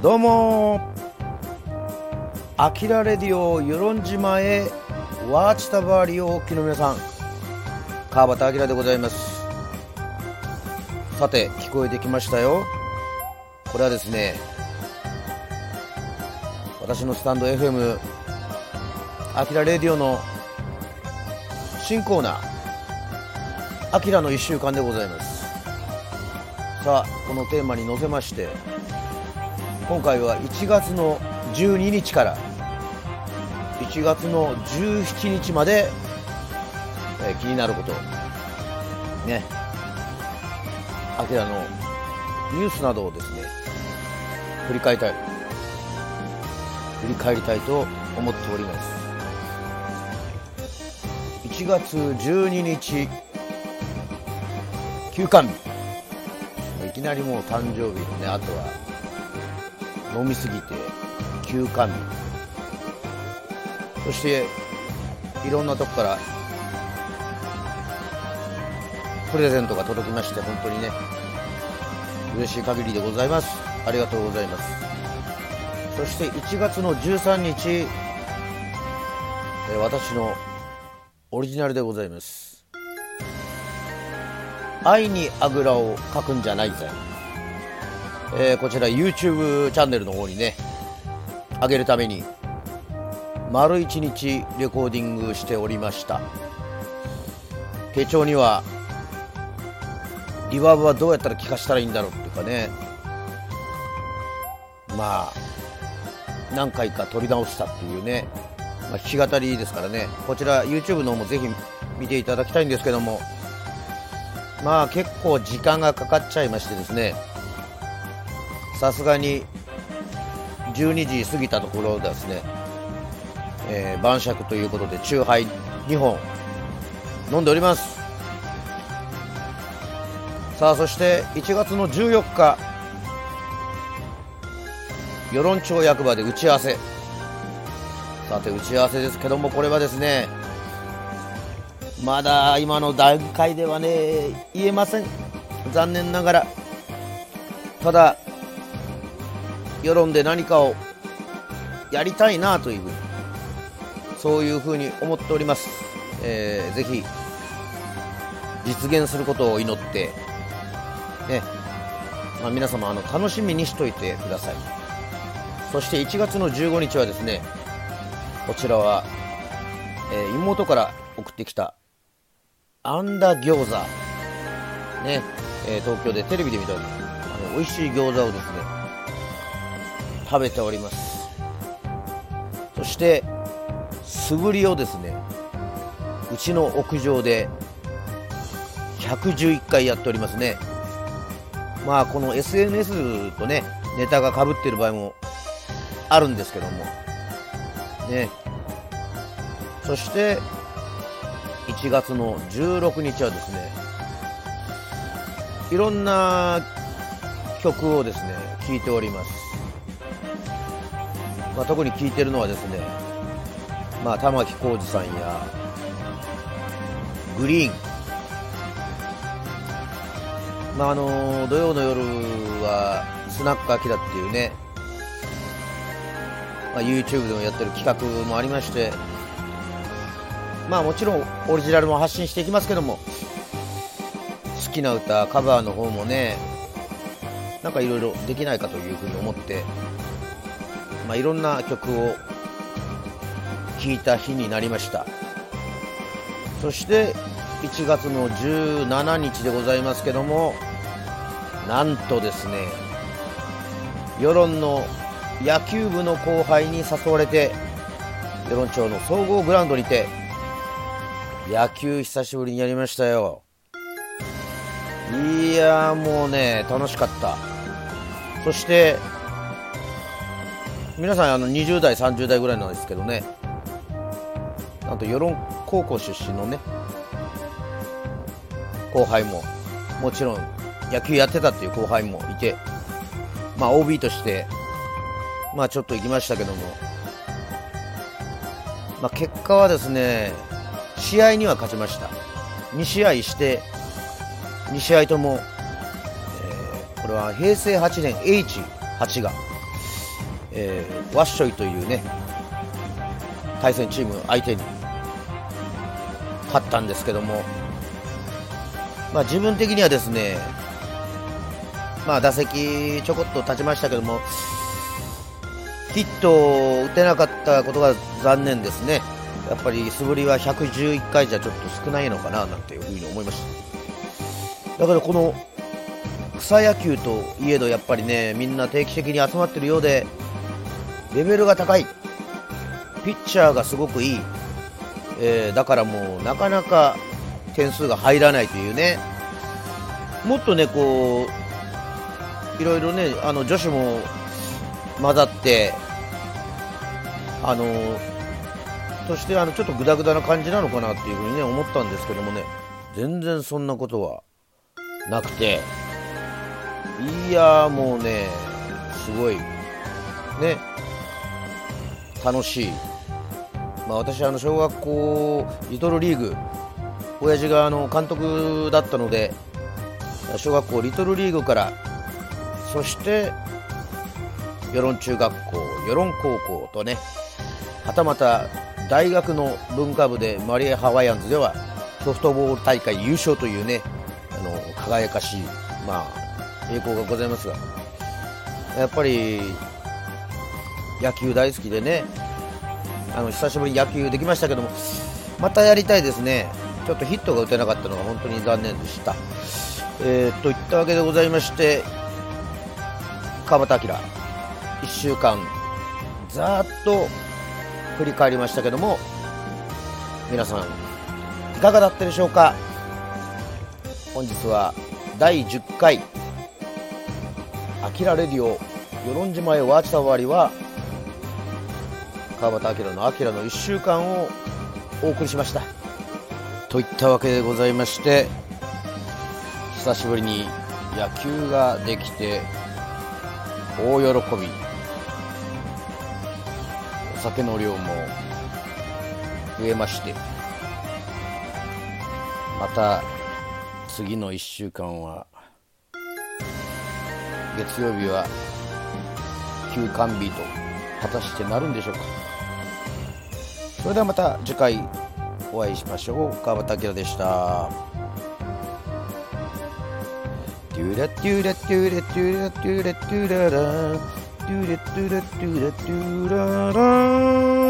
どうもアキラレディオ与論島へワーチタバーリをお聞きの皆さん、川端明でございます。さて聞こえてきましたよ。これはですね、私のスタンド FM アキラレディオの新コーナーアキラの1週間でございます。さあこのテーマに乗せまして、今回は1月の12日から1月の17日まで、気になることね、アキラのニュースなどをですね振り返りたいと思っております。1月12日休館日、いきなりもう誕生日のね、あとは飲みすぎて休館日、そしていろんなとこからプレゼントが届きまして、本当にね嬉しい限りでございます。ありがとうございます。そして1月の13日、私のオリジナルでございます。愛にあぐらをかくんじゃないぜ、こちら YouTube チャンネルの方にね上げるために丸1日レコーディングしておりました。手帳にはリバーブはどうやったら聞かしたらいいんだろうっていうかね、まあ何回か撮り直したっていうね、弾き語りですからね、こちら YouTube の方もぜひ見ていただきたいんですけども、まあ結構時間がかかっちゃいましてですね、さすがに12時過ぎたところですね、晩酌ということでチューハイ2本飲んでおります。さあそして1月の14日与論町役場で打ち合わせ。さて打ち合わせですけども、これはですねまだ今の段階ではね言えません、残念ながら。ただ世論で何かをやりたいなというふうに、そういうふうに思っております。ぜひ実現することを祈ってね、皆様楽しみにしといてください。そして1月の15日はですね、こちらは、妹から送ってきたあんだ餃子ね、東京でテレビで見た美味しい餃子をですね食べております。そして素振りをですねうちの屋上で111回やっておりますね。まあこの SNS とねネタが被っている場合もあるんですけどもね。そして1月の16日はですね、いろんな曲をですね聴いております。特に聴いてるのはですね、玉置浩二さんやグリーン、土曜の夜はスナックアキラっていうね、YouTube でもやってる企画もありまして、もちろんオリジナルも発信していきますけども、好きな歌カバーの方もねなんかいろいろできないかというふうに思って、いろんな曲を聴いた日になりました。そして1月の17日でございますけども、なんとですね与論の野球部の後輩に誘われて与論町の総合グラウンドにて野球久しぶりにやりましたよ。いやもうね楽しかった。そして皆さん20代30代ぐらいなんですけどね、なんと与論高校出身のね後輩も、もちろん野球やってたっていう後輩もいて、OB としてちょっと行きましたけども、結果はですね試合には勝ちました。2試合して2試合とも、これは平成8年 H8 がワッショイというね対戦チーム相手に勝ったんですけども、自分的にはですね、打席ちょこっと立ちましたけども、ヒットを打てなかったことが残念ですね。やっぱり素振りは111回じゃちょっと少ないのかななんていうふうに思いました。だからこの草野球といえどやっぱりね、みんな定期的に集まってるようでレベルが高い、ピッチャーがすごくいい、だからもうなかなか点数が入らないというね。もっとねこういろいろね女子も混ざってそしてちょっとグダグダな感じなのかなっていうふうにね思ったんですけどもね、全然そんなことはなくて、いやもうねすごいね楽しい。私小学校リトルリーグ、親父が監督だったので、小学校リトルリーグから、そして与論中学校、与論高校とね、はたまた大学の文化部でマリエハワイアンズではソフトボール大会優勝というね輝かしい栄光がございますが、やっぱり野球大好きでね、久しぶりに野球できましたけども、またやりたいですね。ちょっとヒットが打てなかったのが本当に残念でした。といったわけでございまして、川端明1週間ざーっと振り返りましたけども、皆さんいかがだったでしょうか。本日は第10回あきらレディオ与論島へワーチタワーリは川端明の1週間をお送りしましたといったわけでございまして、久しぶりに野球ができて大喜び、お酒の量も増えまして、また次の1週間は月曜日は休館日と果たしてなるんでしょうか。それではまた次回お会いしましょう。川端明でした。トゥラトゥラトゥラトゥラトゥラトゥララトゥラトゥラトゥラトゥラララ